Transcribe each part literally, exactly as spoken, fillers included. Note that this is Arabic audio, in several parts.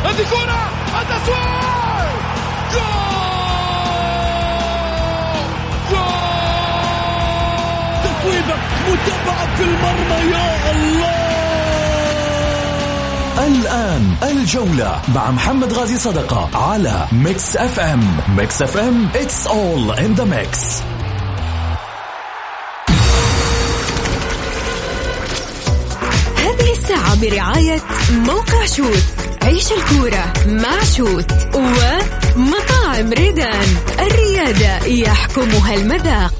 هذه كرة التسويق، جول جول، تسويبة متابعة في المرمى، يا الله. الآن الجولة مع محمد غازي صدقة على ميكس اف ام. ميكس اف ام it's all in the mix. هذه الساعة برعاية موقع شوت. عيش الكورة مع شوت ومطاعم ريدان، الريادة يحكمها المذاق.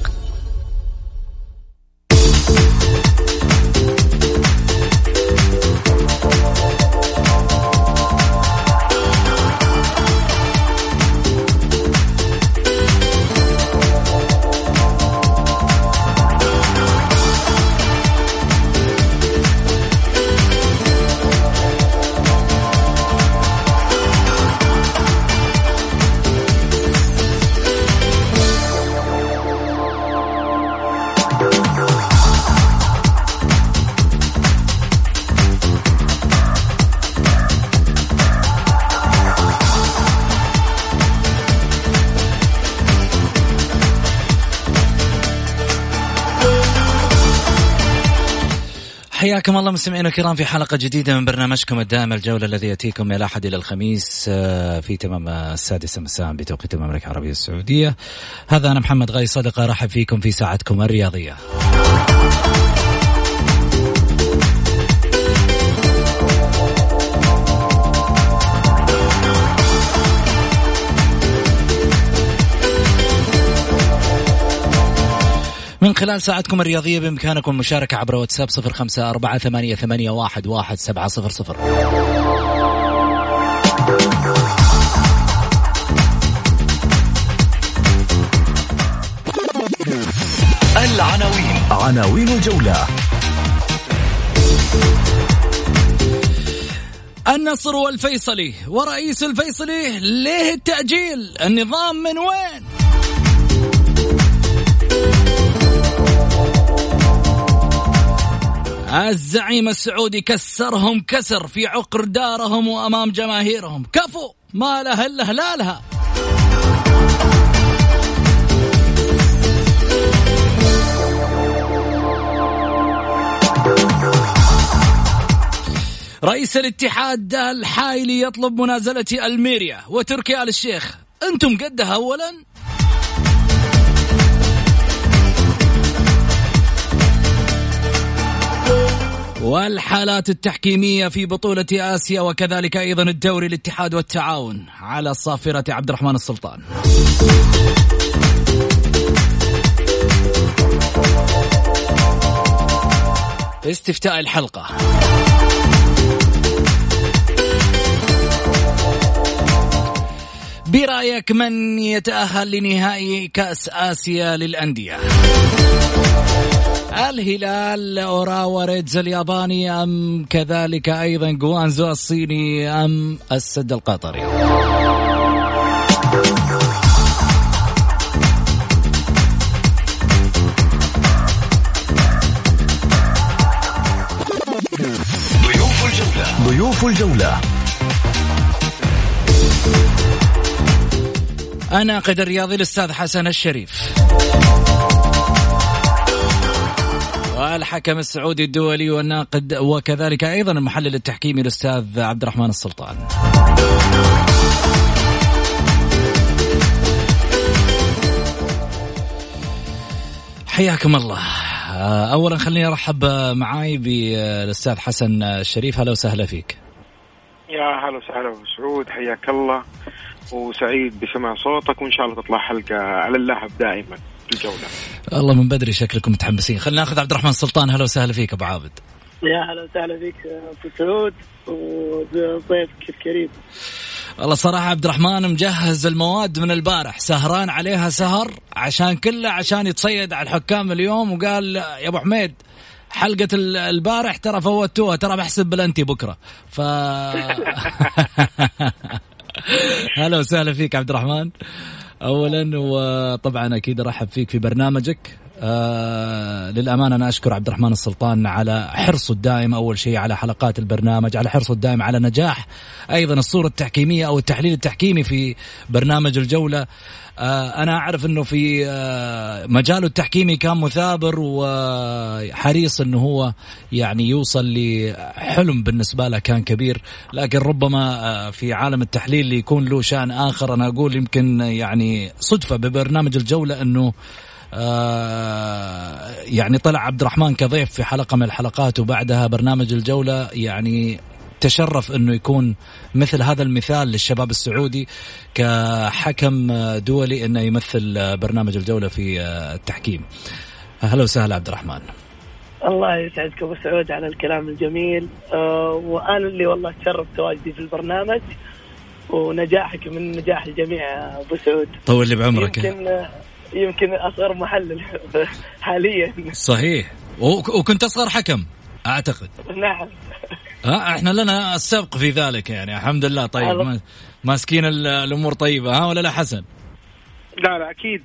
حياكم الله مستمعينا الكرام في حلقة جديدة من برنامجكم الدائم الجولة، الذي يأتيكم من الأحد إلى الخميس في تمام السادسة مساء بتوقيت المملكة العربية السعودية. هذا أنا محمد غازي صدقة، رحب فيكم في ساعتكم الرياضية. من خلال ساعتكم الرياضية بإمكانكم المشاركة عبر واتساب صفر خمسة أربعة ثمانية ثمانية واحد واحد سبعة صفر صفر. العناوين، عناوين الجولة. النصر والفيصلي ورئيس الفيصلي، ليه التأجيل؟ النظام من وين؟ الزعيم السعودي كسرهم كسر في عقر دارهم وأمام جماهيرهم، كفو ما له إلا هلالها. رئيس الاتحاد الحايلي يطلب منازلة الميريا وتركي آل الشيخ، أنتم قدها أولا. والحالات التحكيمية في بطولة آسيا وكذلك أيضا الدوري الاتحاد والتعاون على الصافرة عبد الرحمن السلطان. استفتاء الحلقة. برأيك من يتأهل لنهائي كأس آسيا للأندية؟ الهلال، أوراوا ريدز الياباني، أم كذلك أيضا جوانزو الصيني، أم السد القطري؟ ضيوف الجولة. ضيوف الجولة. الناقد الرياضي الأستاذ حسن الشريف، والحكم السعودي الدولي والناقد وكذلك أيضا المحلل التحكيمي الأستاذ عبد الرحمن السلطان. حياكم الله. أولا خليني أرحب معاي بالأستاذ حسن الشريف. هلا وسهلا فيك. يا هلا وسهلا سعود، حياك الله، وسعيد بسمع صوتك، وإن شاء الله تطلع حلقة على اللهب دائما في الجولة. الله من بدري شكلكم متحمسين. خلينا ناخذ عبد الرحمن السلطان. هلا وسهلا فيك أبو عابد. يا هلا وسهلا فيك أبو سعود وضيفك الكريم. والله صراحة عبد الرحمن مجهز المواد من البارح، سهران عليها سهر عشان كله عشان يتصيد على الحكام اليوم، وقال يا أبو حميد حلقة البارح ترى فوتوها، ترى بحسب بلنتي بكرة. ف هلا وسهلا فيك عبد الرحمن أولا، وطبعا أكيد رحب فيك في برنامجك. آه للأمانة أنا أشكر عبد الرحمن السلطان على حرصه الدائم أول شيء على حلقات البرنامج، على حرصه الدائم على نجاح أيضا الصورة التحكيمية أو التحليل التحكيمي في برنامج الجولة. آه أنا أعرف أنه في آه مجاله التحكيمي كان مثابر وحريص أنه هو يعني يوصل لحلم بالنسبة له كان كبير، لكن ربما آه في عالم التحليل يكون له شأن آخر. أنا أقول يمكن يعني صدفة ببرنامج الجولة أنه آه يعني طلع عبد الرحمن كضيف في حلقة من الحلقات، وبعدها برنامج الجولة يعني تشرف أنه يكون مثل هذا المثال للشباب السعودي كحكم دولي أنه يمثل برنامج الجولة في التحكيم. أهلا وسهلا عبد الرحمن. الله يسعدك أبو سعود على الكلام الجميل. أه وأنا اللي والله تشرف تواجدي في البرنامج، ونجاحك من نجاح الجميع أبو سعود. طول لي بعمرك. يمكن يمكن أصغر محلل حاليا. صحيح، وكنت أصغر حكم أعتقد. نعم. ها احنا لنا السبق في ذلك يعني الحمد لله. طيب ماسكين الأمور طيبة ها ولا لا حسن؟ لا لا أكيد.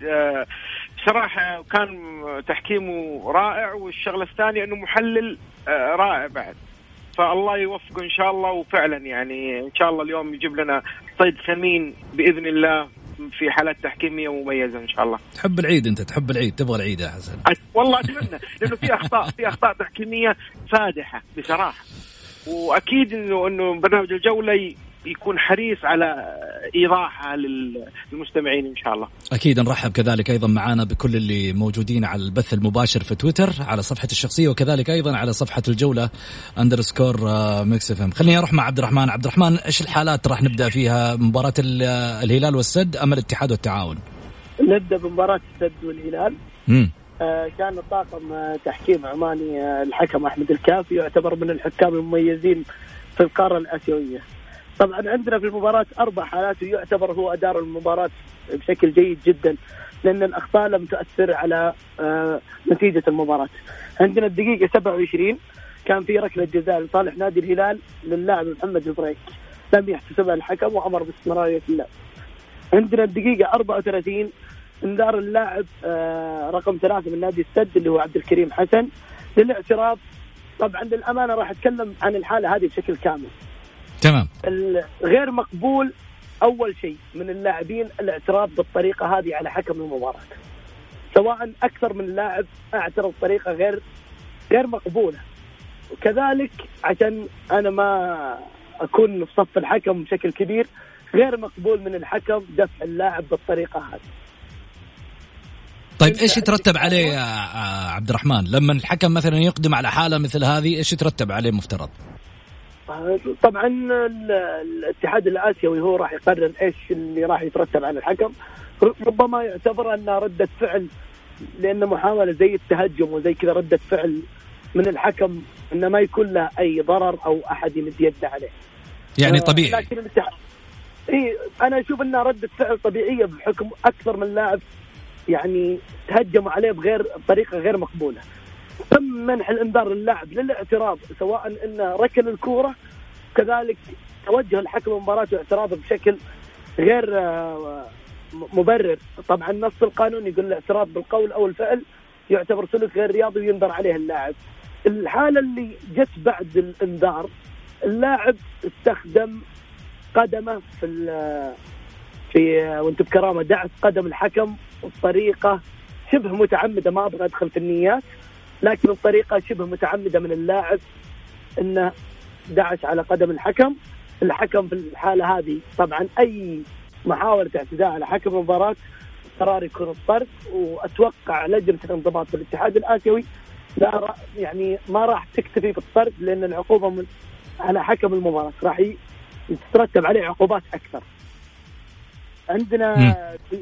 بصراحة كان تحكيمه رائع، والشغلة الثانية أنه محلل رائع بعد، فالله يوفقه إن شاء الله. وفعلا يعني إن شاء الله اليوم يجيب لنا صيد ثمين بإذن الله في حالات تحكيمية مميزة إن شاء الله. تحب العيد أنت، تحب العيد، تبغى العيد يا حسن؟ والله أتمنى، لأنه في أخطاء في أخطاء تحكيمية فادحة بصراحة، وأكيد إنه إنه برنامج الجولة يكون حريص على إيضاحها للمستمعين إن شاء الله. أكيد نرحب كذلك أيضا معنا بكل اللي موجودين على البث المباشر في تويتر على صفحة الشخصية، وكذلك أيضا على صفحة الجولة أندرسكور ميكس اف ام. خليني أروح مع عبد الرحمن. عبد الرحمن إيش الحالات راح نبدأ فيها؟ مباراة الهلال والسد أم الاتحاد والتعاون؟ نبدأ بمباراة السد والهلال. امم آه كان الطاقم آه تحكيم عماني، آه الحكم أحمد الكافي يعتبر من الحكام المميزين في القارة الآسيوية. طبعا عندنا في المباراة أربع حالات، ويعتبر هو أدار المباراة بشكل جيد جدا، لأن الأخطاء لم تؤثر على آه نتيجة المباراة. عندنا الدقيقة سبعة وعشرين كان في ركلة جزاء لصالح نادي الهلال للاعب محمد البريك، لم يحتسبها الحكم وأمر باستمرارية اللعب. عندنا الدقيقة أربعة وثلاثين انذار اللاعب آه رقم ثلاثة من نادي السد اللي هو عبد الكريم حسن للاعتراف. طبعا للأمانة راح أتكلم عن الحالة هذه بشكل كامل. تمام. غير مقبول أول شيء من اللاعبين الاعتراف بالطريقة هذه على حكم المباراة، سواء أكثر من لاعب اعترف بطريقة غير غير مقبولة. وكذلك عشان أنا ما أكون في صف الحكم بشكل كبير، غير مقبول من الحكم دفع اللاعب بالطريقة هذه. طيب إيش يترتب عليه يا عبد الرحمن لما الحكم مثلا يقدم على حالة مثل هذه؟ إيش يترتب عليه مفترض؟ طبعا الاتحاد الآسيوي هو راح يقرر إيش اللي راح يترتب على الحكم. ربما يعتبر أنها ردة فعل، لأن محاولة زي التهجم وزي كذا ردة فعل من الحكم، إنه ما يكون له أي ضرر أو أحد يمد يده عليه، يعني طبيعي. لكن الاتحاد إيه أنا أشوف أنها ردة فعل طبيعية بحكم أكثر من لاعب يعني تهجموا عليه بغير بطريقة غير مقبولة. تم منح الانذار للاعب للاعتراض، سواء انه ركن الكوره، كذلك توجه الحكم المباراة واعتراضه بشكل غير مبرر. طبعا نص القانون يقول الاعتراض بالقول او الفعل يعتبر سلوك غير رياضي وينذر عليه اللاعب. الحالة اللي جت بعد الانذار، اللاعب استخدم قدمه في في وانت بكرامة دعس قدم الحكم بطريقة شبه متعمدة، ما أبغى أدخل في النيات، لكن الطريقة شبه متعمدة من اللاعب إنه دعس على قدم الحكم. الحكم في الحالة هذه طبعا أي محاولة اعتداء على حكم المباراة قرار يكون الطرد، وأتوقع لجنة الانضباط بالاتحاد الآسيوي لا يعني ما راح تكتفي بالطرد، لأن العقوبة من على حكم المباراة راح يترتب عليه عقوبات أكثر. عندنا في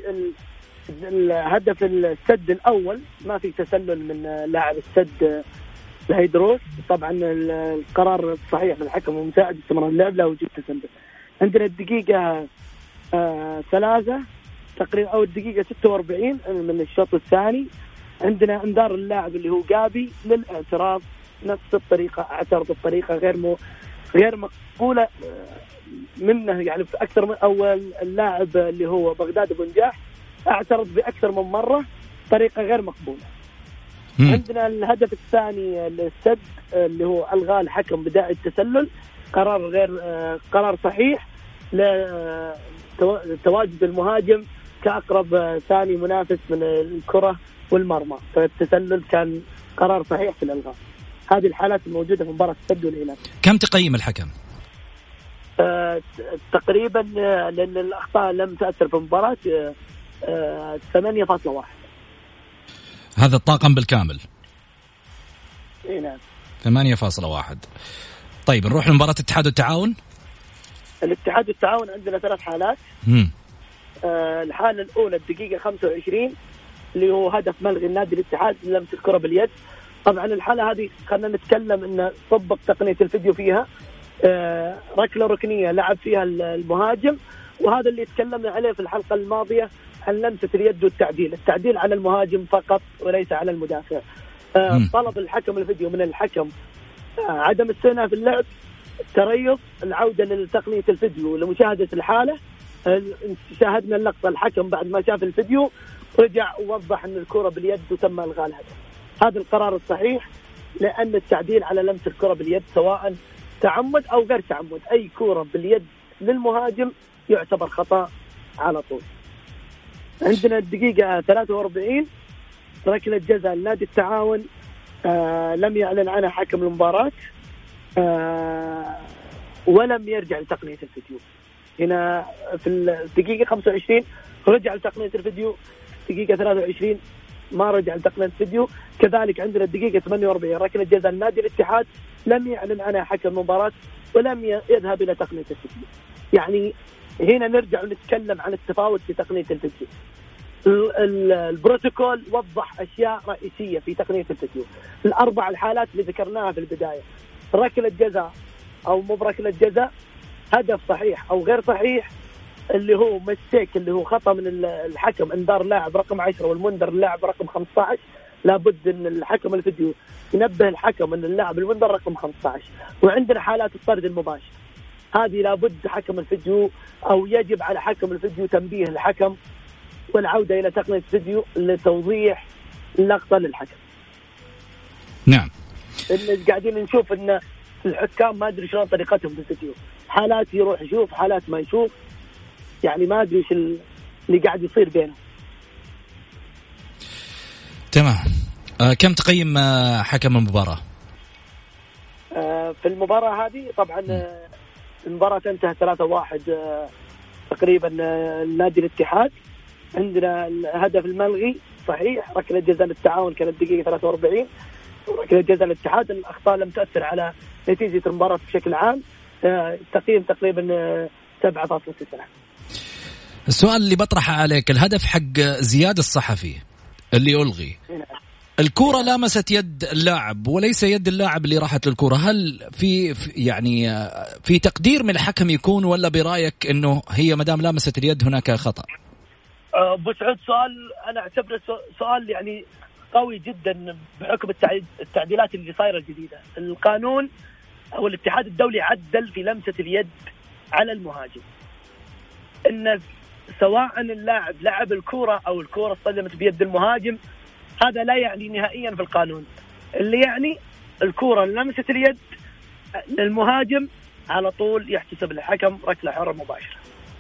الهدف السد الأول ما في تسلل من لاعب السد الهيدروس، طبعا القرار صحيح من الحكم ومساعد استمرار اللعب لا وجود تسلل. عندنا الدقيقة آه ثلاثة تقريبا أو الدقيقة ستة وأربعين من الشوط الثاني، عندنا انذار اللاعب اللي هو جابي للاعتراض نفس الطريقة، اعترض بطريقة غير مو غير مقبولة منه، يعني في أكثر من أول اللاعب اللي هو بغداد بن جاح اعترض بأكثر من مرة طريقة غير مقبولة. مم. عندنا الهدف الثاني للسد اللي هو ألغاء الحكم بداعي التسلل، قرار غير قرار صحيح لتواجد المهاجم كأقرب ثاني منافس من الكرة والمرمى، فالتسلل كان قرار صحيح في الألغاء. هذه الحالات الموجودة في مباراة السد والهلال. كم تقيم الحكم؟ آه تقريبا لأن الأخطاء لم تأثر في المباراة آه ثمانية فاصلة واحد. هذا الطاقم بالكامل؟ إيه نعم ثمانية فاصلة واحد. طيب نروح لمباراة الاتحاد والتعاون. الاتحاد والتعاون عندنا ثلاث حالات. مم. آه الحالة الأولى الدقيقة خمسة وعشرين اللي هو هدف ملغي النادي الاتحاد لمس الكرة باليد. طبعا الحالة هذه خلينا نتكلم إن طبق تقنية الفيديو فيها، آه ركلة ركنية لعب فيها المهاجم، وهذا اللي تكلمنا عليه في الحلقة الماضية عن لمسة اليد والتعديل، التعديل على المهاجم فقط وليس على المدافع. آه طلب الحكم الفيديو من الحكم آه عدم استئناف اللعب، التريض، العودة لتقنية الفيديو لمشاهدة الحالة. آه شاهدنا اللقطة، الحكم بعد ما شاف الفيديو رجع ووضح أن الكرة باليد وتم إلغاء الهدف. هذا القرار الصحيح، لأن التعديل على لمس الكرة باليد سواء تعمد أو غير تعمد، أي كرة باليد للمهاجم يعتبر خطأ على طول. عندنا الدقيقة ثلاثة وأربعين ركلة جزاء النادي التعاون، آه لم يعلن عنها حكم المباراة آه ولم يرجع لتقنية الفيديو. هنا في الدقيقة خمسة وعشرين رجع لتقنية الفيديو، دقيقة ثلاثة وعشرين ما رجع لتقنية الفيديو. كذلك عندنا الدقيقة ثمانية وأربعين ركلة جزاء النادي الاتحاد لم يعلن عنها حكم المباراة ولم يذهب إلى تقنية الفيديو. يعني هنا نرجع ونتكلم عن التفاوت في تقنية الفيديو. البروتوكول وضح أشياء رئيسية في تقنية الفيديو. الأربع الحالات اللي ذكرناها في البداية، ركلة جزاء أو مو بركلة جزاء، هدف صحيح أو غير صحيح، اللي هو مستيك اللي هو خطأ من الحكم، انذار لاعب رقم عشرة والمنذر اللاعب رقم خمسة عشر، لابد ان الحكم الفيديو ينبه الحكم ان اللاعب المنذر رقم خمسة عشر. وعندنا حالات الطرد المباشر، هذه لابد حكم الفيديو او يجب على حكم الفيديو تنبيه الحكم والعودة الى تقنية الفيديو لتوضيح اللقطة للحكم. نعم. إن قاعدين نشوف ان الحكام ما ادري شلون طريقتهم في الفيديو، حالات يروح يشوف حالات ما يشوف، يعني ما ادري ايش اللي قاعد يصير بينه. تمام. آه كم تقيم آه حكم المباراة؟ آه في المباراة هذه طبعا آه المباراة انتهت ثلاثة واحد آه تقريبا آه النادي الاتحاد. عندنا الهدف الملغي صحيح، ركلة جزاء للتعاون كانت دقيقة ثلاثة وأربعين، ركلة جزاء للاتحاد. الأخطاء لم تأثر على نتيجة المباراة بشكل عام. آه تقييم تقريبا آه سبعة فاصلة تسعة. السؤال اللي بطرحه عليك، الهدف حق زياد الصحفي اللي ألغي، الكرة لامست يد اللاعب وليس يد اللاعب اللي راحت للكرة، هل في يعني في تقدير من الحكم يكون، ولا برأيك انه هي مدام لامست اليد هناك خطأ؟ أبو سعود سؤال أنا أعتبره سؤال يعني قوي جدا بحكم التعديلات اللي صايرة الجديدة. القانون أو الاتحاد الدولي عدل في لمسة اليد على المهاجم، إن سواء اللاعب لعب الكرة أو الكرة اصطدمت بيد المهاجم، هذا لا يعني نهائيا في القانون. اللي يعني الكرة لمست اليد المهاجم على طول يحتسب الحكم ركلة حرة مباشرة.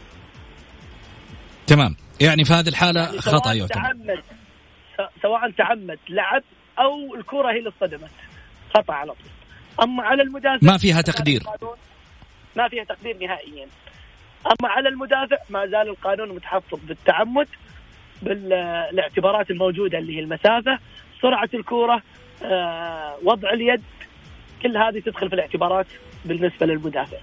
تمام. يعني في هذه الحالة يعني خطأ سواء تعمد سواء تعمد لعب أو الكرة هي اللي اصطدمت، خطأ على طول. أما على المدافع ما فيها تقدير، ما فيها تقدير نهائيا. أما على المدافع ما زال القانون متحفظ بالتعمد، بالاعتبارات الموجودة اللي هي المسافة، سرعة الكرة، آه، وضع اليد، كل هذه تدخل في الاعتبارات بالنسبة للمدافع.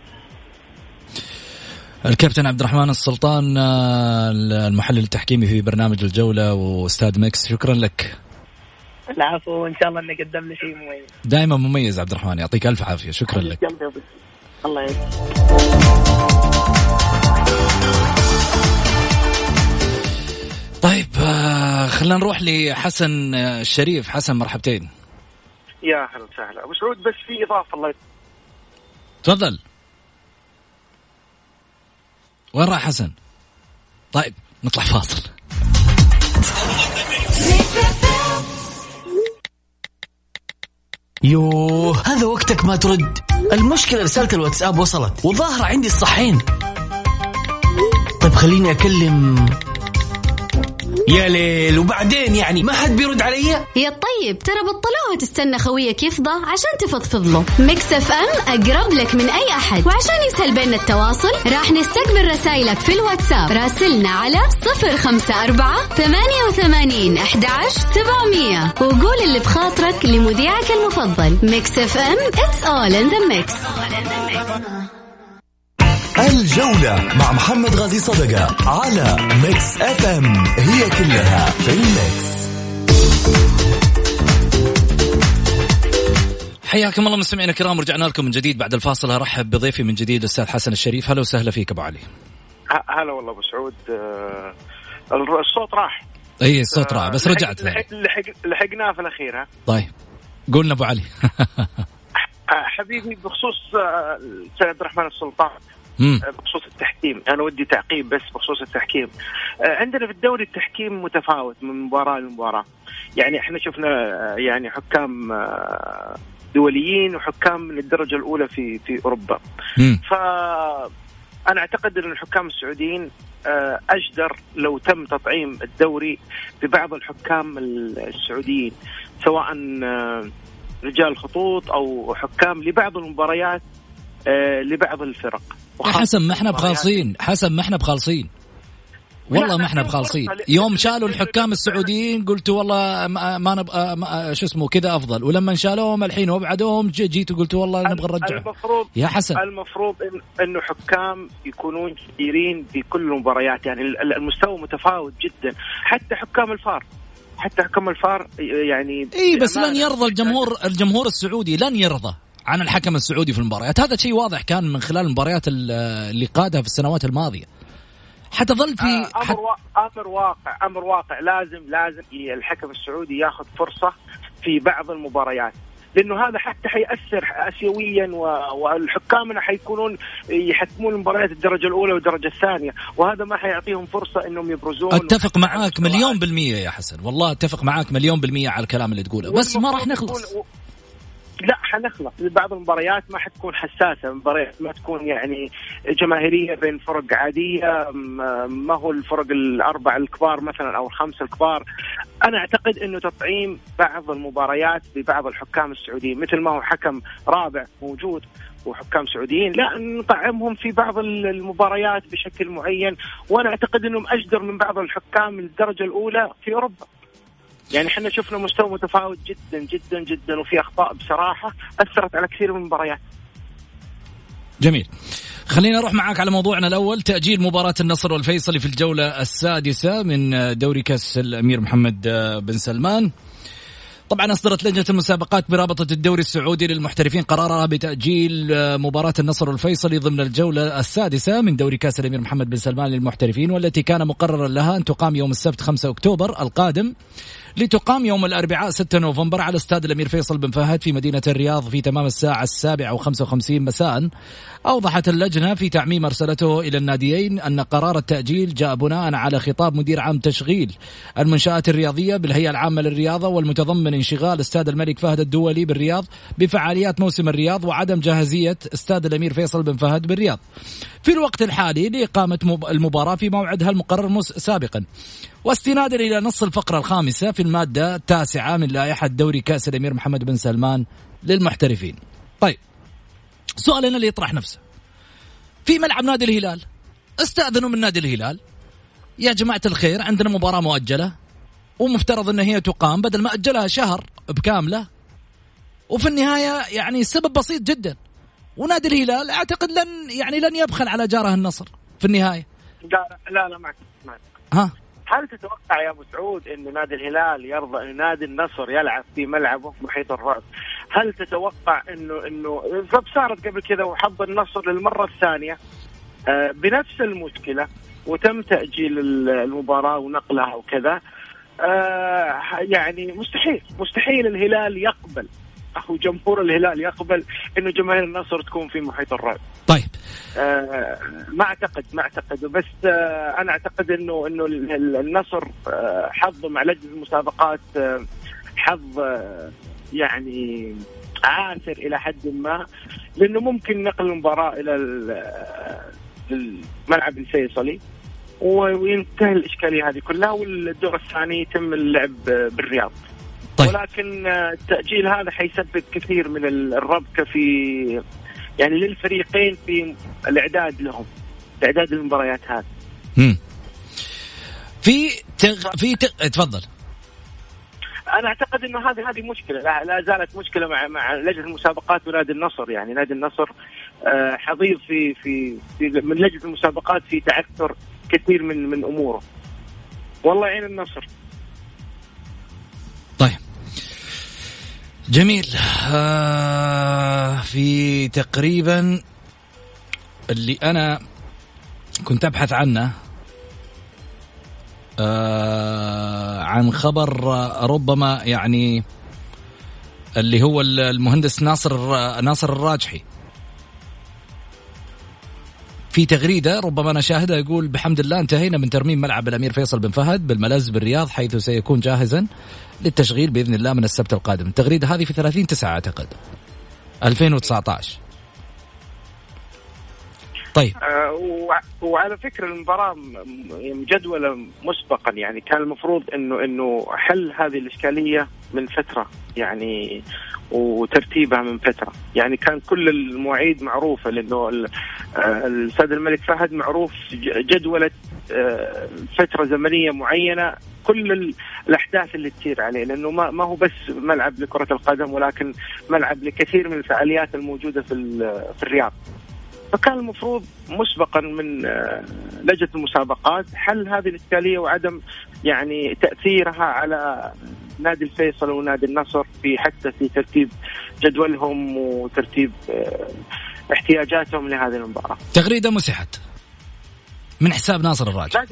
الكابتن عبد الرحمن السلطان المحلل التحكيمي في برنامج الجولة وأستاذ ميكس، شكرا لك. العفو، وإن شاء الله أنك قدمنا شيء مميز. دائما مميز عبد الرحمن، يعطيك ألف عافية. شكرا لك. الله يسلمك. طيب خلينا نروح لحسن الشريف. حسن مرحبتين. يا أهلا وسهلا أبو سعود، بس في إضافة. الله تفضل. وين راح حسن؟ طيب نطلع فاصل. يوه هذا وقتك ما ترد. المشكلة رسالة الواتساب وصلت وظاهرة عندي الصحين. طيب خليني أكلم. يا ليل وبعدين يعني ما حد بيرد علي. يا طيب ترى بطلوها تستنى خويك يفضى عشان تفضفض له. ميكس اف ام اقرب لك من اي احد، وعشان يسهل بيننا التواصل راح نستقبل رسائلك في الواتساب. راسلنا على صفر خمسة أربعة ثمانية وثمانين أحد عشر سبعمية وقول اللي بخاطرك لمذيعك المفضل. ميكس اف ام it's all in the mix. الجولة مع محمد غازي صدقة على ميكس اف ام، هي كلها في الميكس. حياكم الله مستمعينا الكرام، رجعنا لكم من جديد بعد الفاصل. ارحب بضيفي من جديد الاستاذ حسن الشريف. هلا وسهلا فيك ابو علي. هلا والله ابو سعود. الصوت راح. اي الصوت راح بس رجعت. لحقناه في الاخير. ها طيب قولنا ابو علي. حبيبي بخصوص السيد عبد الرحمن السلطان، بخصوص التحكيم أنا ودي تعقيب بس بخصوص التحكيم. عندنا في الدوري التحكيم متفاوت من مباراة لمباراة. يعني احنا شفنا يعني حكام دوليين وحكام من الدرجة الأولى في في أوروبا. فأنا أعتقد أن الحكام السعوديين أجدر لو تم تطعيم الدوري ببعض الحكام السعوديين، سواء رجال خطوط أو حكام لبعض المباريات لبعض الفرق. حسن ما احنا بخالصين، حسن ما احنا بخالصين والله ما احنا بخالصين. يوم شالوا الحكام السعوديين قلت والله ما, ما نبقى ما شو اسمه كذا افضل، ولما شالوهم الحين وابعدوهم جيت وقلت والله نبغى نرجع. المفروض يا حسن المفروض إن انه حكام يكونون جديرين بكل المباريات. يعني المستوى متفاوت جدا، حتى حكام الفار حتى حكام الفار يعني اي بس لن يرضى الجمهور الجمهور السعودي لن يرضى عن الحكم السعودي في المباريات. هذا شيء واضح كان من خلال المباريات اللي قادها في السنوات الماضية. حتظل في أمر, حت... أمر واقع أمر واقع لازم لازم الحكم السعودي ياخذ فرصة في بعض المباريات، لأنه هذا حتى حيأثر آسيويا والحكامنا حيكونون يحكمون المباريات الدرجة الأولى والدرجة الثانية، وهذا ما حيعطيهم فرصة إنهم يبرزون. أتفق معاك مليون بالمية يا حسن، والله أتفق معاك مليون بالمية على الكلام اللي تقوله، بس ما راح نخلص. لا حنخلص. بعض المباريات ما حتكون حساسة، مباريات ما تكون يعني جماهيرية بين فرق عادية، ما هو الفرق الأربع الكبار مثلا أو الخمسة الكبار. أنا أعتقد أنه تطعيم بعض المباريات ببعض الحكام السعوديين، مثل ما هو حكم رابع موجود وحكام سعوديين، لا نطعمهم في بعض المباريات بشكل معين. وأنا أعتقد أنهم أجدر من بعض الحكام الدرجة الأولى في أوروبا. يعني احنا شفنا مستوى متفاوت جدا جدا جدا، وفي أخطاء بصراحة أثرت على كثير من المباريات. جميل، خلينا نروح معاك على موضوعنا الأول، تأجيل مباراة النصر والفيصلي في الجولة السادسة من دوري كأس الأمير محمد بن سلمان. طبعا أصدرت لجنة المسابقات برابطة الدوري السعودي للمحترفين قرارها بتأجيل مباراة النصر والفيصلي ضمن الجولة السادسة من دوري كأس الأمير محمد بن سلمان للمحترفين، والتي كان مقررا لها أن تقام يوم السبت خمسة أكتوبر القادم، لتقام يوم الأربعاء ستة نوفمبر على استاد الأمير فيصل بن فهد في مدينة الرياض في تمام الساعة السابعة وخمسة وخمسين مساء. أوضحت اللجنة في تعميم أرسلته إلى الناديين أن قرار التأجيل جاء بناء على خطاب مدير عام تشغيل المنشآت الرياضية بالهيئة العامة للرياضة، والمتضمن انشغال استاد الملك فهد الدولي بالرياض بفعاليات موسم الرياض وعدم جاهزية استاد الأمير فيصل بن فهد بالرياض في الوقت الحالي لإقامة المباراة في موعدها المقرر سابقا، واستنادا إلى نص الفقرة الخامسة في المادة التاسعة من لائحة دوري كأس الأمير محمد بن سلمان للمحترفين. طيب سؤالنا اللي يطرح نفسه، في ملعب نادي الهلال استأذنوا من نادي الهلال يا جماعة الخير عندنا مباراة مؤجلة ومفترض أن هي تقام، بدل ما أجلها شهر بكاملة، وفي النهاية يعني السبب بسيط جدا، ونادي الهلال أعتقد لن يعني لن يبخل على جاره النصر في النهاية. لا لا لا معك معك. ها هل تتوقع يا أبو سعود إن نادي الهلال يرضى إن نادي النصر يلعب في ملعبه محيط الرعب؟ هل تتوقع إنه إنه صارت قبل كذا وحظ النصر للمرة الثانية آه بنفس المشكلة وتم تأجيل المباراة ونقلها وكذا؟ آه يعني مستحيل مستحيل الهلال يقبل أو جمهور الهلال يقبل إنه جماهير النصر تكون في محيط الرعب. طيب آه ما أعتقد ما أعتقد بس آه أنا أعتقد إنه إنه النصر آه حظ مع لجنة المسابقات آه حظ آه يعني عاسر إلى حد ما، لأنه ممكن نقل المباراة إلى الملعب الفيصلي وينتهي الإشكالية هذه كلها، والدور الثاني يتم اللعب بالرياض. طيب. ولكن التأجيل هذا حيسبب كثير من الربكة في يعني للفريقين في الإعداد لهم، إعداد المباريات هذه. امم في تغ... في تغ... تفضل. أنا أعتقد إنه هذه هذه مشكلة، لا, لا زالت مشكلة مع مع لجنة المسابقات ونادي النصر. يعني نادي النصر آه حظيظ في, في في من لجنة المسابقات في تعثر كثير من من أموره. والله يعين النصر. طيب جميل. آه في تقريبا اللي أنا كنت أبحث عنه آه عن خبر ربما يعني اللي هو المهندس ناصر ناصر الراجحي في تغريدة ربما أنا شاهدها، يقول بحمد الله انتهينا من ترميم ملعب الأمير فيصل بن فهد بالملز بالرياض، حيث سيكون جاهزا للتشغيل بإذن الله من السبت القادم. التغريدة هذه في ثلاثين تسعة أعتقد ألفين وتسعة عشر. طيب آه وعلى فكرة المباراة مجدولة مسبقا، يعني كان المفروض إنه إنه حل هذه الإشكالية من فترة يعني وترتيبها من فترة. يعني كان كل المواعيد معروفة، لأنه الأستاذ الملك فهد معروف جدولة فترة زمنية معينة كل الأحداث اللي تصير عليه، لأنه ما ما هو بس ملعب لكرة القدم ولكن ملعب لكثير من الفعاليات الموجودة في في الرياض. فكان المفروض مسبقا من لجنة المسابقات حل هذه الإشكالية وعدم يعني تأثيرها على نادي الفيصل ونادي النصر في حتى في ترتيب جدولهم وترتيب احتياجاتهم لهذه المباراة. تغريدة مسحت من حساب ناصر الراجحي.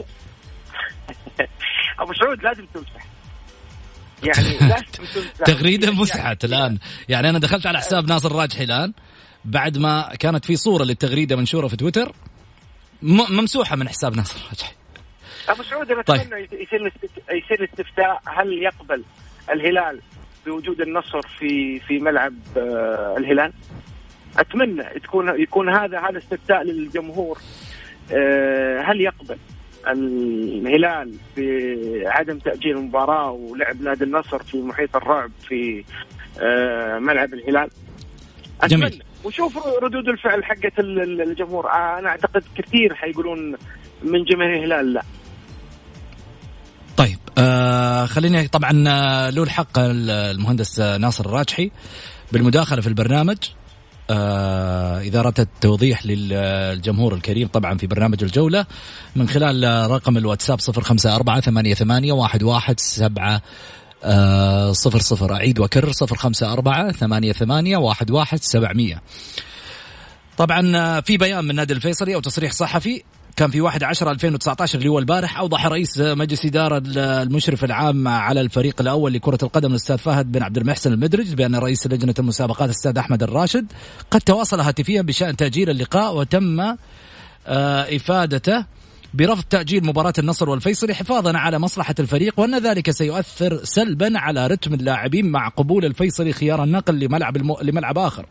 أبو سعود لازم تمسح، يعني لازم تمسح. تغريدة مسحت الآن، يعني أنا دخلت على حساب ناصر الراجحي الآن بعد ما كانت في صورة للتغريدة منشورة في تويتر ممسوحة من حساب ناصر الراجحي. أبو سعود أنا أتمنى طيب. يصير يصير الاستفتاء هل يقبل الهلال بوجود النصر في في ملعب آه الهلال. أتمنى تكون يكون هذا هذا استفتاء للجمهور، آه هل يقبل الهلال بعدم تأجيل المباراة ولعب نادي النصر في محيط الرعب في آه ملعب الهلال. أتمنى جميل. وشوف ردود الفعل حقت الجمهور. أنا أعتقد كثير حيقولون من جماهير الهلال لا. طيب آه خليني طبعا له الحق المهندس ناصر الراجحي بالمداخلة في البرنامج. آه إذا أردت التوضيح للجمهور الكريم طبعا في برنامج الجولة من خلال رقم الواتساب صفر خمسة أربعة ثمانية ثمانية واحد واحد سبعة آه صفر صفر. أعيد وأكرر صفر خمسة أربعة ثمانية ثمانية واحد واحد سبعمية. طبعا في بيان من نادي الفيصلي أو تصريح صحفي كان في واحد عشرة ألفين وتسعة عشر اللي هو البارح، أوضح رئيس مجلس إدارة المشرف العام على الفريق الأول لكرة القدم الأستاذ فهد بن عبد المحسن المدرج بأن رئيس لجنة المسابقات الأستاذ أحمد الراشد قد تواصل هاتفيا بشأن تأجيل اللقاء، وتم إفادته برفض تأجيل مباراة النصر والفيصلي حفاظا على مصلحة الفريق، وأن ذلك سيؤثر سلبا على رتم اللاعبين مع قبول الفيصلي خيار النقل لملعب الم... لملعب آخر،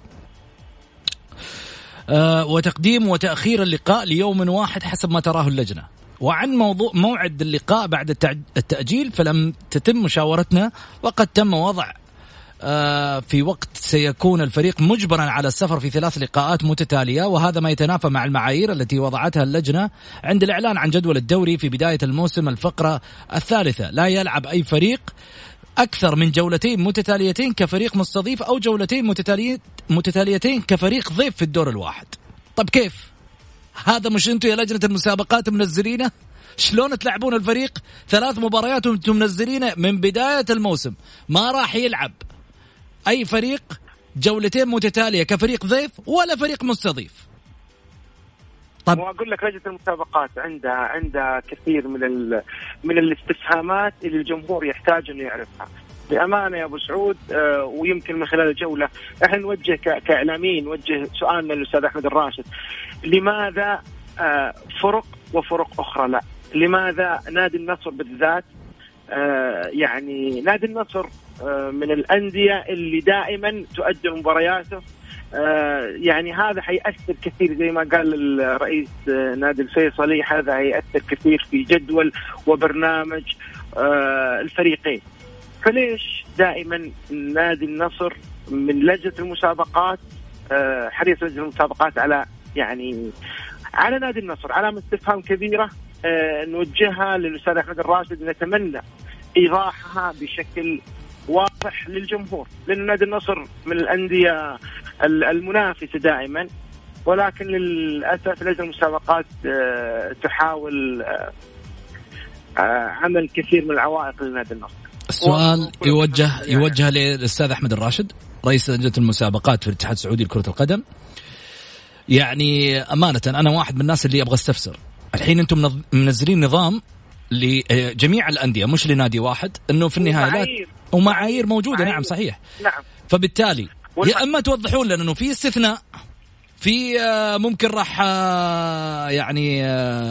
أه وتقديم وتأخير اللقاء ليوم واحد حسب ما تراه اللجنة. وعن موضوع موعد اللقاء بعد التأجيل فلم تتم مشاورتنا، وقد تم وضع أه في وقت سيكون الفريق مجبرا على السفر في ثلاث لقاءات متتالية، وهذا ما يتنافى مع المعايير التي وضعتها اللجنة عند الإعلان عن جدول الدوري في بداية الموسم. الفقرة الثالثة: لا يلعب أي فريق أكثر من جولتين متتاليتين كفريق مستضيف أو جولتين متتاليتين كفريق ضيف في الدور الواحد. طب كيف هذا؟ مش أنتوا يا لجنة المسابقات منزلينه؟ شلون تلعبون الفريق ثلاث مباريات وانتم منزلينه من بداية الموسم؟ ما راح يلعب أي فريق جولتين متتالية كفريق ضيف ولا فريق مستضيف. طب وأقول لك لجنة المسابقات عندها عندها كثير من ال من الاستفهامات اللي الجمهور يحتاج إنه يعرفها بأمانة يا أبو سعود. آه ويمكن من خلال الجولة احنا نوجه كإعلاميين نوجه سؤالنا للأستاذ أحمد الراشد: لماذا آه فرق وفرق أخرى لا؟ لماذا نادي النصر بالذات آه يعني نادي النصر آه من الأندية اللي دائما تؤجل مبارياته. آه يعني هذا حيأثر كثير زي ما قال الرئيس آه نادي الفيصلي، هذا حيأثر كثير في جدول وبرنامج آه الفريقين. فليش دائما نادي النصر من لجنة المسابقات آه حريص لجنة المسابقات على يعني على نادي النصر علامة استفهام كبيرة آه نوجهها للأستاذ أحمد الراشد، نتمنى إيضاحها بشكل واضح للجمهور، لأن نادي النصر من الأندية المنافسة دائما، ولكن للأسف لجنة المسابقات آه تحاول آه آه عمل كثير من العوائق لنادي النصر. السؤال يوجه يوجه للأستاذ أحمد الراشد رئيس لجنة المسابقات في الاتحاد السعودي لكرة القدم. يعني أمانة أنا واحد من الناس اللي أبغى استفسر. الحين أنتم منزلين نظام لجميع الأندية مش لنادي واحد، إنه في النهاية ومعايير موجودة. معايير. نعم صحيح. نعم. فبالتالي يا أما توضحون لنا إنه في استثناء، في ممكن راح يعني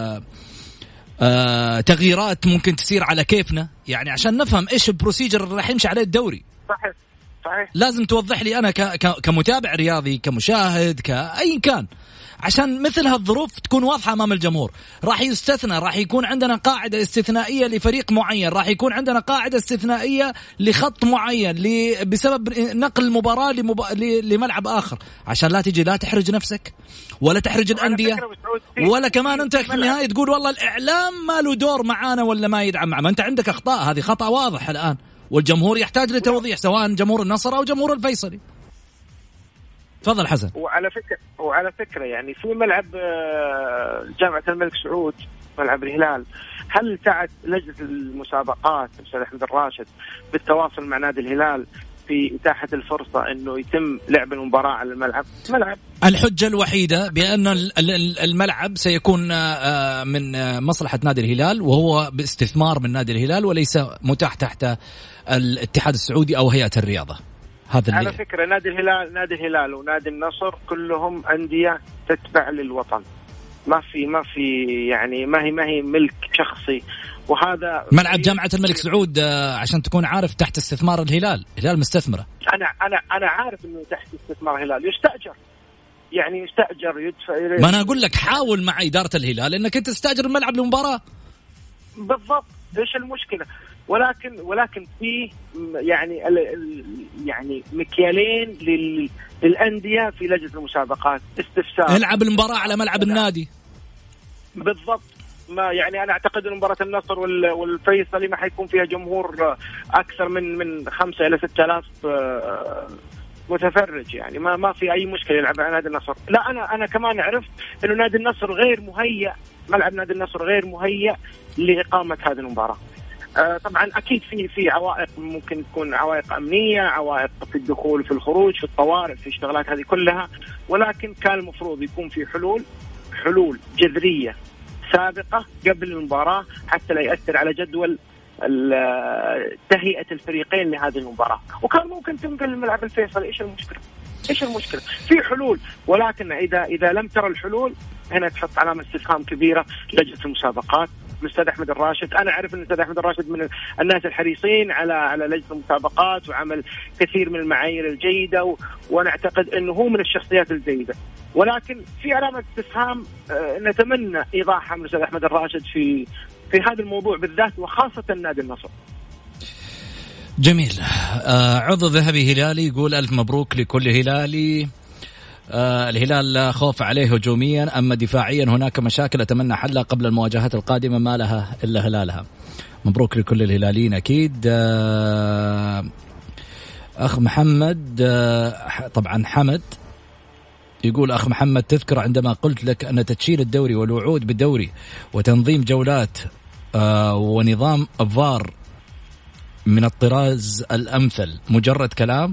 تغييرات ممكن تصير على كيفنا، يعني عشان نفهم إيش البروسيجر اللي راح يمشي عليه الدوري. صحيح. صحيح. لازم توضح لي أنا كمتابع رياضي كمشاهد كأي كان، عشان مثل هالظروف تكون واضحة أمام الجمهور. راح يستثنى، راح يكون عندنا قاعدة استثنائية لفريق معين، راح يكون عندنا قاعدة استثنائية لخط معين بسبب نقل المباراة لمب... لملعب آخر، عشان لا تجي لا تحرج نفسك ولا تحرج الأندية، ولا كمان أنت في النهاية تقول والله الإعلام ما له دور معانا ولا ما يدعم معنا. ما أنت عندك أخطاء، هذه خطأ واضح الآن، والجمهور يحتاج لتوضيح سواء جمهور النصر أو جمهور الفيصلي. تفضل حسن. وعلى فكرة وعلى فكرة يعني في ملعب جامعة الملك سعود ملعب الهلال، هل سعت لجنة المسابقات الأستاذ أحمد الراشد بالتواصل مع نادي الهلال في إتاحة الفرصة إنه يتم لعب المباراة على الملعب؟ ملعب الحجة الوحيدة بأن الملعب سيكون من مصلحة نادي الهلال، وهو باستثمار من نادي الهلال وليس متاح تحت الاتحاد السعودي أو هيئة الرياضة. هذا على فكرة نادي الهلال نادي الهلال ونادي النصر كلهم أندية تتبع للوطن، ما في ما في يعني ما هي ما هي ملك شخصي. وهذا ملعب جامعة الملك سعود عشان تكون عارف تحت استثمار الهلال، الهلال مستثمرة. أنا أنا أنا عارف إنه تحت استثمار الهلال، يستأجر يعني يستأجر يدفع. ما أنا أقول لك حاول مع إدارة الهلال إنك أنت تستأجر الملعب للمباراة. بالضبط، إيش المشكلة؟ ولكن ولكن في يعني يعني مكيالين للأندية في لجنة المسابقات، استفسار العب المباراة على ملعب النادي. بالضبط. ما يعني أنا أعتقد أن مباراة النصر والفيصلي ما حيكون فيها جمهور أكثر من من خمسة إلى ستة آلاف متفرج، يعني ما ما في أي مشكلة يلعب على نادي النصر. لا أنا أنا كمان عرفت إنه نادي النصر غير مهيأ، ملعب نادي النصر غير مهيأ لإقامة هذه المباراة. آه طبعا أكيد في في عوائق، ممكن تكون عوائق أمنية، عوائق في الدخول في الخروج في الطوارئ في الاشتغالات هذه كلها، ولكن كان المفروض يكون في حلول حلول جذرية سابقة قبل المباراة حتى لا يأثر على جدول تهيئة الفريقين لهذه المباراة. وكان ممكن تنقل الملعب الفيصل، إيش المشكلة؟ إيش المشكلة؟ في حلول، ولكن إذا إذا لم ترى الحلول هنا تحط علامة استفهام كبيرة لجنة المسابقات. الأستاذ أحمد الراشد، أنا أعرف أن الأستاذ أحمد الراشد من الناس الحريصين على على لجنة المسابقات وعمل كثير من المعايير الجيدة، و... وأنا أعتقد أنه هو من الشخصيات الجيدة، ولكن في علامة استفهام آه نتمنى إيضاحها من الأستاذ أحمد الراشد في في هذا الموضوع بالذات، وخاصة نادي النصر. جميل. آه عضو ذهبي هلالي يقول ألف مبروك لكل هلالي. آه الهلال لا خوف عليه هجوميا، أما دفاعيا هناك مشاكل أتمنى حلها قبل المواجهات القادمة، ما لها إلا هلالها. مبروك لكل الهلاليين أكيد. آه أخ محمد، آه طبعا حمد يقول أخ محمد تذكر عندما قلت لك أن تدشين الدوري والوعود بالدوري وتنظيم جولات آه ونظام فار من الطراز الأمثل مجرد كلام،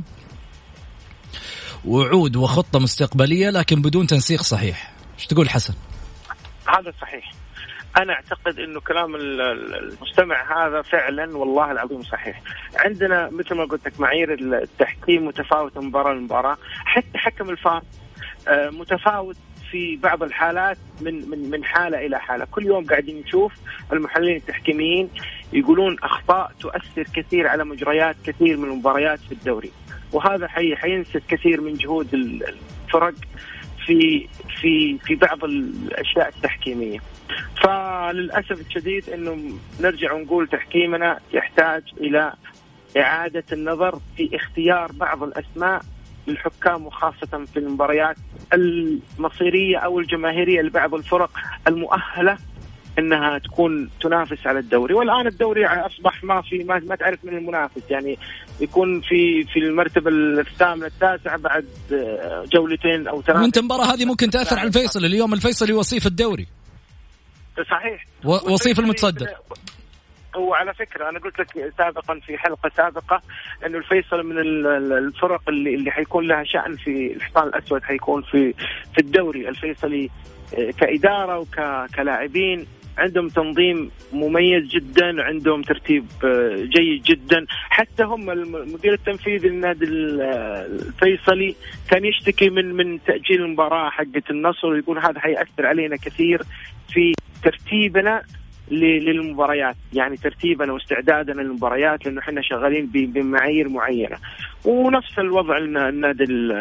وعود وخطة مستقبلية لكن بدون تنسيق صحيح. ايش تقول حسن؟ هذا صحيح. أنا أعتقد إنه كلام المستمع هذا فعلا والله العظيم صحيح. عندنا مثل ما قلت لك معايير التحكيم متفاوتة مباراة لمباراة، حتى حكم الفار متفاوت في في بعض الحالات من من من حالة إلى حالة. كل يوم قاعدين نشوف المحللين التحكيميين يقولون أخطاء تؤثر كثير على مجريات كثير من المباريات في الدوري، وهذا حي حينسف كثير من جهود الفرق في في في بعض الأشياء التحكيمية. فللأسف الشديد إنه نرجع ونقول تحكيمنا يحتاج إلى إعادة النظر في اختيار بعض الأسماء للحكام، وخاصة في المباريات المصيرية أو الجماهيرية لبعض الفرق المؤهلة أنها تكون تنافس على الدوري. والآن الدوري أصبح ما في ما, ما تعرف من المنافس، يعني يكون في في المرتبة الثامنة التاسعة بعد جولتين أو ثلاثة. وانت المباراة هذه ممكن تأثر على الفيصل. اليوم الفيصل وصيف الدوري، صحيح، وصيف المتصدر. وعلى فكرة أنا قلت لك سابقا في حلقة سابقة إنه الفيصل من الفرق اللي اللي حيكون لها شأن في الحصان الأسود، حيكون في في الدوري الفيصلي كإدارة وكلاعبين. عندهم تنظيم مميز جدا، عندهم ترتيب جيد جدا. حتى هم المدير التنفيذي للنادي الفيصلي كان يشتكي من من تأجيل المباراة حقة النصر، ويقول هذا حيأثر علينا كثير في ترتيبنا للمباريات، يعني ترتيبنا واستعدادنا للمباريات، لأنه احنا شغالين بمعايير معينة. ونفس الوضع النادي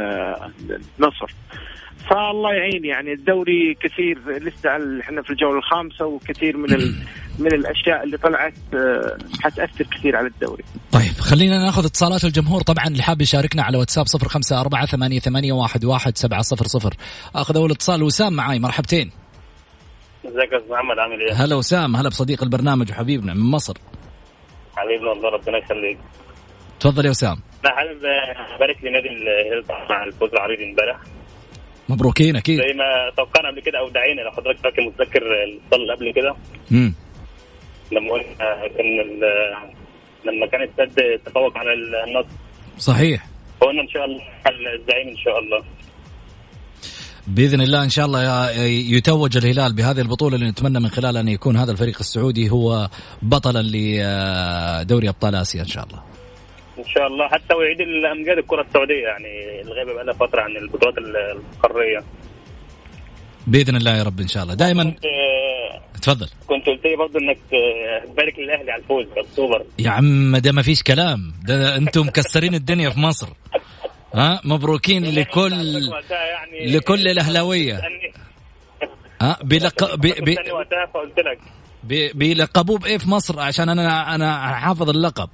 النصر. فالله يعين، يعني الدوري كثير لسه احنا في الجولة الخامسة، وكثير من من الأشياء اللي طلعت حتأثر كثير على الدوري. طيب خلينا ناخذ اتصالات الجمهور. طبعا اللي حاب يشاركنا على واتساب صفر خمسة أربعة ثمانية ثمانية واحد واحد سبعة صفر صفر. أخذ أول اتصال. وسام معاي، مرحبتين. ازيك يا محمد، عامل ايه؟ هلا وسام، هلا بصديق البرنامج وحبيبنا من مصر. حبيبنا الله، ربنا يخليك. تفضل يا وسام. انا حابب ابارك لنادي الهلال مع الفوز العريض امبارح. مبروكين اكيد زي ما توقعنا قبل كده، او دعينا لو حضرتك فاكر متذكر الاتصال اللي قبل كده. امم لما قلنا كان لما كان السد تفوق على النصر. صحيح. قلنا ان شاء الله الزعيم ان شاء الله بإذن الله إن شاء الله يتوج الهلال بهذه البطولة اللي نتمنى من خلالها أن يكون هذا الفريق السعودي هو بطلا لدوري أبطال آسيا إن شاء الله. إن شاء الله، حتى ويعيد الأمجاد الكرة السعودية، يعني الغيبة بقى لها فترة عن البطولات القارية. بإذن الله يا رب إن شاء الله. دائما تفضل. كنت قلت لي برضه إنك تبارك للأهلي على الفوز بالسوبر. يا عم ده ما فيش كلام، ده أنتم مكسرين الدنيا في مصر. ها مبروكين لكل لكل الأهلاوية. ها بيلق بي بي بي بيلقبوه بإيه في مصر؟ عشان أنا أنا حافظ اللقب.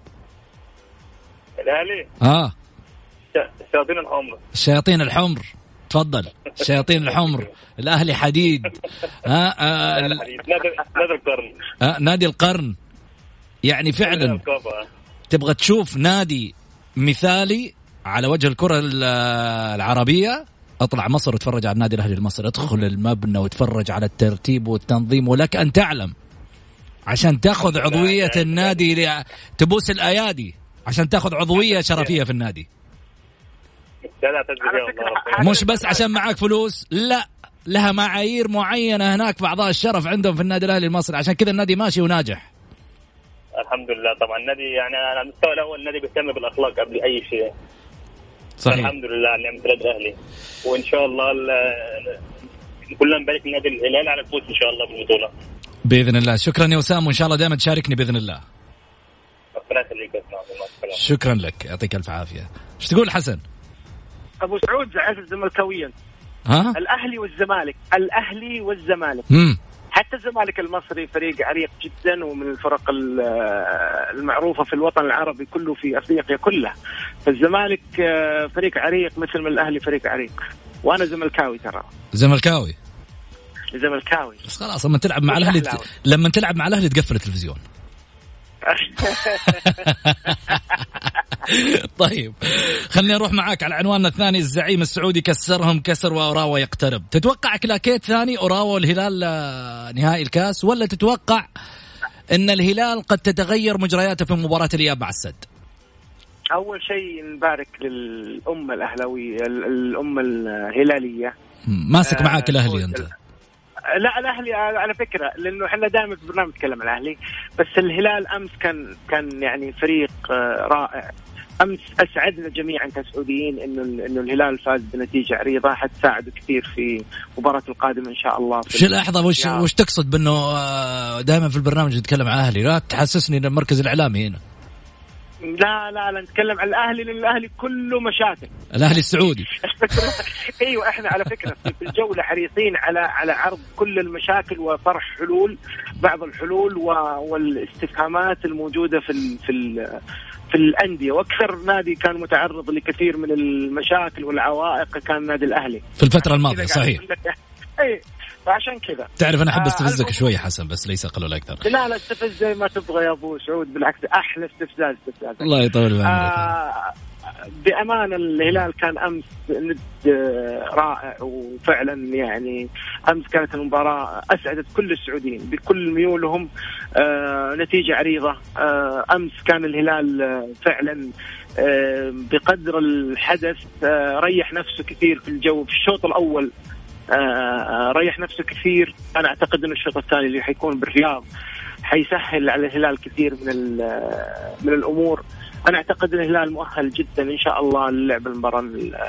الأهلي. ها. الشياطين الحمر. الشياطين الحمر. تفضل. الشياطين الحمر. الأهلي حديد. ها. آه نادي القرن. ها نادي القرن. يعني فعلا تبغى تشوف نادي مثالي على وجه الكرة العربية، اطلع مصر وتفرج على النادي الأهلي المصري. ادخل المبنى وتفرج على الترتيب والتنظيم، ولك أن تعلم عشان تأخذ عضوية النادي تبوس الأيادي عشان تأخذ عضوية شرفية في النادي. مش بس عشان معاك فلوس، لا، لها معايير معينة هناك في أعضاء الشرف عندهم في النادي الأهلي المصري، عشان كذا النادي ماشي وناجح. الحمد لله. طبعا النادي يعني على المستوى الأول النادي بيهتم بالأخلاق قبل أي شيء. صحيح. الحمد لله على نعمة النادي الأهلي، وإن شاء الله كلنا نبارك النادي الهلال على الفوز إن شاء الله بالبطولة بإذن الله. شكرا يا وسام، وإن شاء الله دائما تشاركني بإذن الله. ربنا يخليك يا اسماعيل. شكرا لك، يعطيك ألف عافية. إيش تقول حسن؟ أبو سعود زعلت الزملكاويين. ها؟ الأهلي والزمالك، الأهلي والزمالك. امم حتى الزمالك المصري فريق عريق جدا، ومن الفرق المعروفة في الوطن العربي كله، في أفريقيا كلها. فالزمالك فريق عريق مثل ما الأهلي فريق عريق. وأنا زملكاوي ترى. زملكاوي. زملكاوي. بس خلاص لما تلعب مع الأهلي ت... لما تلعب مع الأهلي تقفل التلفزيون. طيب خلينا نروح معاك على عنواننا الثاني. الزعيم السعودي كسرهم كسر وأوراوا يقترب. تتوقع كلاكيت ثاني أوراوا الهلال نهائي الكاس، ولا تتوقع أن الهلال قد تتغير مجرياته في مباراة الإياب مع السد؟ أول شيء نبارك للأمة الأهلاوية، الأمة الهلالية. ماسك معاك الأهلي أنت؟ لا الأهلي على فكرة، لأنه إحنا دائما في برنامج نتكلم عن الأهلي، بس الهلال أمس كان كان يعني فريق رائع أمس أسعدنا جميعا كسعوديين إنه إنه الهلال فاز بنتيجة عريضة حتساعده كثير في مباراة القادمة إن شاء الله. شو لحظة وش وش تقصد بأنه دائما في البرنامج نتكلم عن أهلي، لا تحسسني إن المركز الإعلامي هنا. لا لا لا نتكلم عن الأهلي، لأن الأهلي كله مشاكل. الأهلي السعودي. أيوة إحنا على فكرة في الجولة حريصين على على عرض كل المشاكل وطرح حلول، بعض الحلول والاستفهامات الموجودة في ال في ال في الأندية. وأكثر نادي كان متعرض لكثير من المشاكل والعوائق كان نادي الأهلي في الفترة الماضية. صحيح. أي فعشان كذا تعرف أنا أحب استفزك آه شوي حسن، بس ليس أقل ولا أكثر. لا لا استفز زي ما تبغى يا أبو سعود، بالعكس أحلى استفزاز استفزاز. الله يطول بعمرك. آه بأمانة الهلال كان أمس ند رائع، وفعلا يعني أمس كانت المباراة أسعدت كل السعوديين بكل ميولهم. آه نتيجة عريضة. آه أمس كان الهلال آه فعلا آه بقدر الحدث آه ريح نفسه كثير في الجو في الشوط الأول. آه ريح نفسه كثير. أنا أعتقد أن الشوط الثاني اللي حيكون بالرياض حيسهل على الهلال كثير من من الأمور. أنا أعتقد أن الهلال مؤهل جدا إن شاء الله للعب المباراة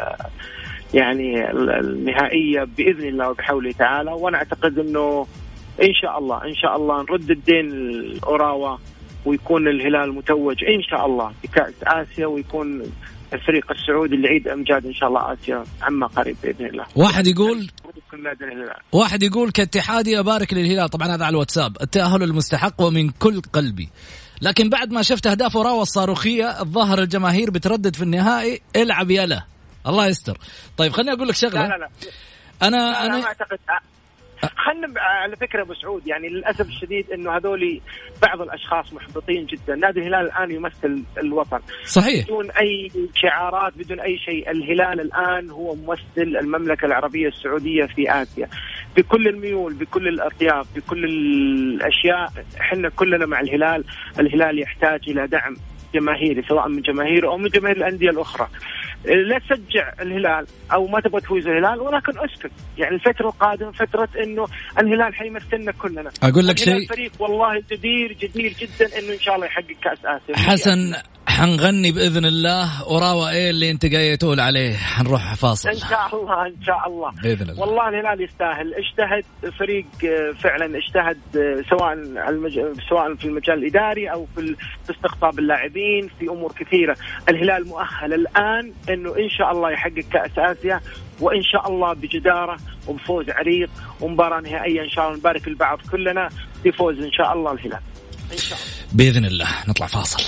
يعني النهائية بإذن الله وبحوله تعالى. وأنا أعتقد أنه إن شاء الله إن شاء الله نرد الدين الأوراوا ويكون الهلال متوج إن شاء الله بكأس آسيا، ويكون الفريق السعودي اللي يعيد أمجاد إن شاء الله آسيا عما قريب بإذن الله. واحد يقول واحد يقول كاتحادي أبارك للهلال، طبعا هذا على الواتساب، التأهل المستحق ومن كل قلبي، لكن بعد ما شفت أهداف أوراوا الصاروخية الظاهر الجماهير بتردد في النهائي العب يلا الله يستر. طيب خليني أقول لك شغلة. لا لا لا. أنا لا أنا ما أعتقد. خلنا على فكرة أبو سعود، يعني للأسف الشديد إنه هذولي بعض الأشخاص محبطين جدا. نادي الهلال الآن يمثل الوطن. صحيح. بدون أي شعارات بدون أي شيء. الهلال الآن هو ممثل المملكة العربية السعودية في آسيا بكل الميول بكل الأطياف بكل الأشياء. إحنا كلنا مع الهلال. الهلال يحتاج إلى دعم جماهيري سواء من جماهير أو من جماهير الأندية الأخرى. لا تشجع الهلال أو ما تبغى تفوز الهلال، ولكن أسكت. يعني الفترة القادمة فترة إنه الهلال حيمثلنا كلنا. أقول لك شيء، الفريق والله جدير جدير جدا إنه إن شاء الله يحقق كأس آسيا. حسن حنغني بإذن الله أوراوا إيه اللي أنت جاي تقول عليه. حنروح فاصل إن شاء الله إن شاء الله بإذن الله. والله الهلال يستاهل. اجتهد فريق فعلا، اجتهد سواء المج... سواء في المجال الإداري أو في استقطاب اللاعبين في أمور كثيرة. الهلال مؤهل الآن إنه إن شاء الله يحقق كأس آسيا، وإن شاء الله بجدارة وبفوز عريض ومباراة نهائية إن شاء الله. نبارك البعض كلنا بفوز إن شاء الله الهلال إن شاء الله بإذن الله. نطلع فاصل.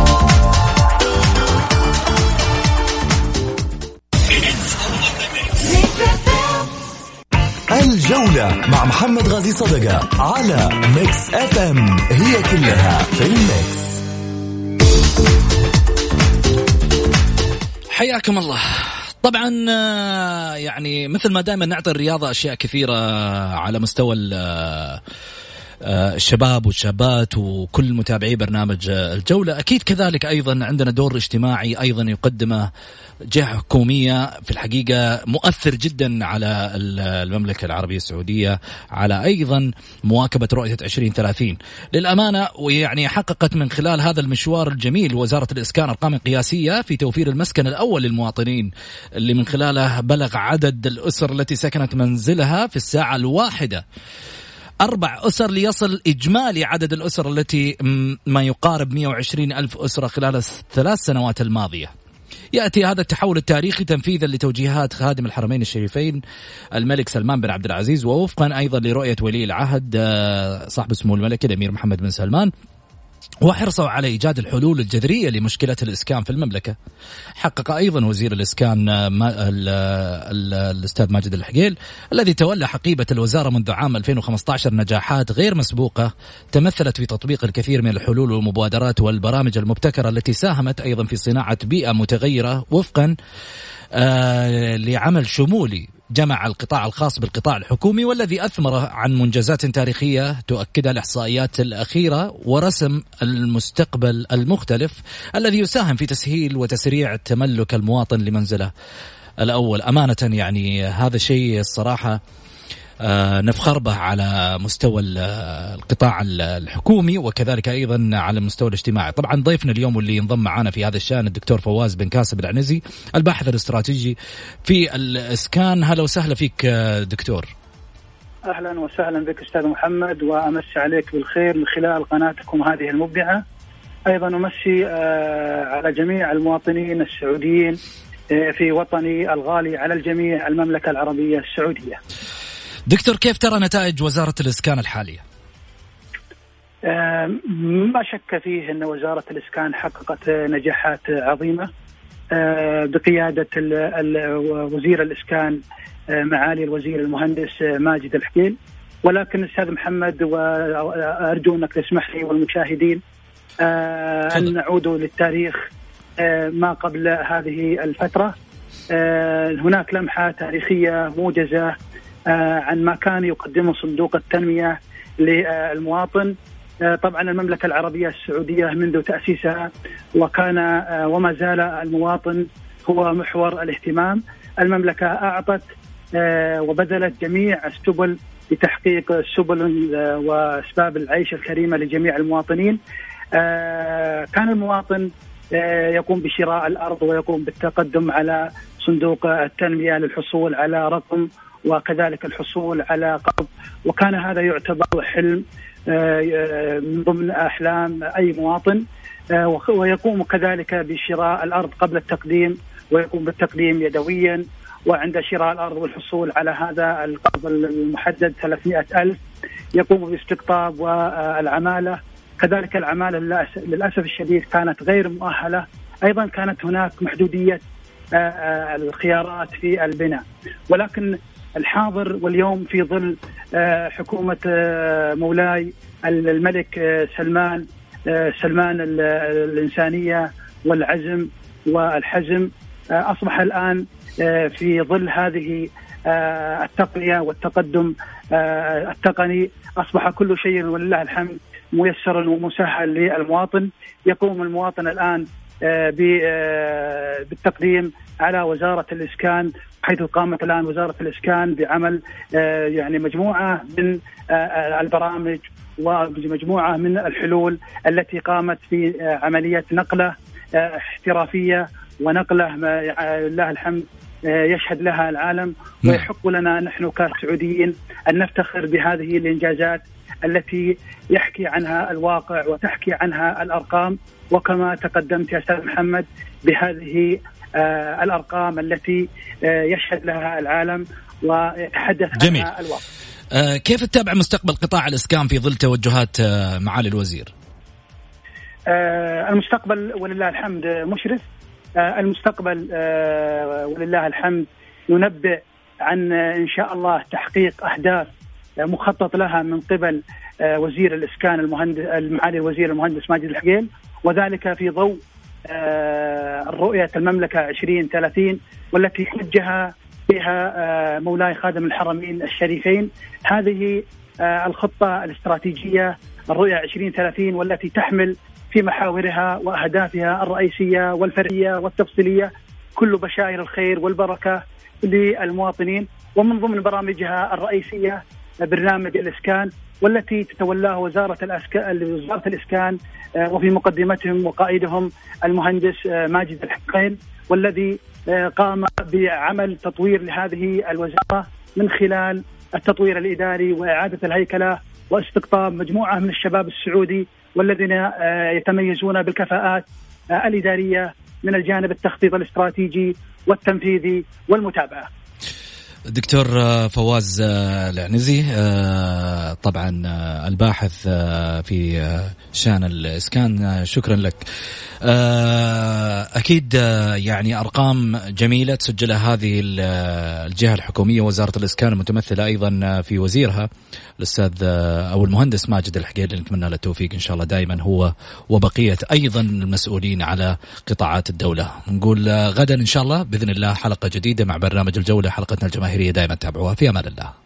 الجولة مع محمد غازي صدقة على ميكس اف ام، هي كلها في الميكس. حياكم الله. طبعا يعني مثل ما دائما نعطي الرياضة أشياء كثيرة على مستوى الشباب والشابات وكل متابعي برنامج الجولة. أكيد كذلك أيضا عندنا دور اجتماعي أيضا يقدمه جهة حكومية في الحقيقة مؤثر جدا على المملكة العربية السعودية، على أيضا مواكبة رؤية عشرين ثلاثين للأمانة. ويعني حققت من خلال هذا المشوار الجميل وزارة الإسكان أرقام قياسية في توفير المسكن الأول للمواطنين، اللي من خلاله بلغ عدد الأسر التي سكنت منزلها في الساعة الواحدة أربع أسر، ليصل إجمالي عدد الأسر التي ما يقارب مئة وعشرين ألف أسرة خلال الثلاث سنوات الماضية. يأتي هذا التحول التاريخي تنفيذا لتوجيهات خادم الحرمين الشريفين الملك سلمان بن عبد العزيز، ووفقا أيضا لرؤية ولي العهد صاحب السمو الملكي الأمير محمد بن سلمان، وحرصوا على إيجاد الحلول الجذرية لمشكلة الإسكان في المملكة. حقق أيضا وزير الإسكان الأستاذ ماجد الحقيل الذي تولى حقيبة الوزارة منذ عام ألفين وخمسة عشر نجاحات غير مسبوقة تمثلت في تطبيق الكثير من الحلول والمبادرات والبرامج المبتكرة التي ساهمت أيضا في صناعة بيئة متغيرة وفقا آه لعمل شمولي جمع القطاع الخاص بالقطاع الحكومي، والذي أثمر عن منجزات تاريخية تؤكدها الإحصائيات الأخيرة، ورسم المستقبل المختلف الذي يساهم في تسهيل وتسريع تملك المواطن لمنزله الأول. أمانة يعني هذا شيء الصراحة نفخر به على مستوى القطاع الحكومي وكذلك أيضا على المستوى الاجتماعي. طبعا ضيفنا اليوم واللي ينضم معنا في هذا الشأن الدكتور فواز بن كاسب العنزي الباحث الاستراتيجي في الإسكان. هلا وسهلا فيك دكتور. أهلا وسهلا بك أستاذ محمد، وأمسي عليك بالخير من خلال قناتكم هذه المبدعة. أيضا أمسي على جميع المواطنين السعوديين في وطني الغالي على الجميع، المملكة العربية السعودية. دكتور، كيف ترى نتائج وزارة الإسكان الحالية؟ ما شك فيه أن وزارة الإسكان حققت نجاحات عظيمة بقيادة وزير الإسكان معالي الوزير المهندس ماجد الحقيل. ولكن أستاذ محمد، وأرجو أنك تسمح لي والمشاهدين أن نعود للتاريخ ما قبل هذه الفترة. هناك لمحة تاريخية موجزة عن ما كان يقدمه صندوق التنمية للمواطن. طبعا المملكة العربية السعودية منذ تأسيسها وكان وما زال المواطن هو محور الاهتمام. المملكة أعطت وبذلت جميع السبل لتحقيق السبل وأسباب العيش الكريمة لجميع المواطنين. كان المواطن يقوم بشراء الأرض ويقوم بالتقدم على صندوق التنمية للحصول على رقم وكذلك الحصول على قرض، وكان هذا يعتبر حلم من ضمن أحلام أي مواطن. ويقوم كذلك بشراء الأرض قبل التقديم، ويقوم بالتقديم يدويا، وعند شراء الأرض والحصول على هذا القرض المحدد ثلاثمائة ألف يقوم باستقطاب والعمالة. كذلك العمالة للأسف الشديد كانت غير مؤهلة. أيضا كانت هناك محدودية الخيارات في البناء. ولكن الحاضر واليوم في ظل حكومة مولاي الملك سلمان سلمان الإنسانية والعزم والحزم، أصبح الآن في ظل هذه التقنية والتقدم التقني أصبح كل شيء ولله الحمد ميسر ومسهل للمواطن. يقوم المواطن الآن بالتقديم على وزارة الإسكان، حيث قامت الآن وزارة الإسكان بعمل يعني مجموعة من البرامج ومجموعة من الحلول التي قامت في عملية نقلة احترافية ونقلة لله الحمد يشهد لها العالم. ويحق لنا نحن كسعوديين أن نفتخر بهذه الإنجازات التي يحكي عنها الواقع وتحكي عنها الأرقام. وكما تقدمت يا أستاذ محمد بهذه الأرقام التي يشهد لها العالم ويتحدث جميل. عنها الواقع. آه كيف تتابع مستقبل قطاع الإسكان في ظل توجهات آه معالي الوزير؟ آه المستقبل ولله الحمد مشرف. آه المستقبل آه ولله الحمد ينبئ عن آه إن شاء الله تحقيق أهداف آه مخطط لها من قبل آه وزير الإسكان المهندس المعالي الوزير المهندس ماجد الحقيل، وذلك في ضوء آه الرؤية المملكة عشرين ثلاثين والتي وجه بها آه مولاي خادم الحرمين الشريفين. هذه آه الخطة الاستراتيجية الرؤية عشرين ثلاثين، والتي تحمل في محاورها وأهدافها الرئيسية والفرعية والتفصيلية كل بشائر الخير والبركة للمواطنين. ومن ضمن برامجها الرئيسية برنامج الإسكان، والتي تتولاه وزارة الأسكان وزارة الإسكان وفي مقدمتهم وقائدهم المهندس ماجد الحقيل، والذي قام بعمل تطوير لهذه الوزارة من خلال التطوير الإداري وإعادة الهيكلة واستقطاب مجموعة من الشباب السعودي والذين يتميزون بالكفاءات الإدارية من الجانب التخطيط الاستراتيجي والتنفيذي والمتابعة. دكتور فواز العنزي، طبعا الباحث في شأن الإسكان، شكرا لك. أكيد يعني أرقام جميلة تسجلها هذه الجهة الحكومية وزارة الإسكان المتمثلة أيضا في وزيرها الأستاذ أو المهندس ماجد الحقيل. نتمنى له التوفيق إن شاء الله دائما هو وبقية أيضا المسؤولين على قطاعات الدولة. نقول غدا إن شاء الله بإذن الله حلقة جديدة مع برنامج الجولة، حلقتنا الجماهيرية دائما تابعوها. في أمان الله.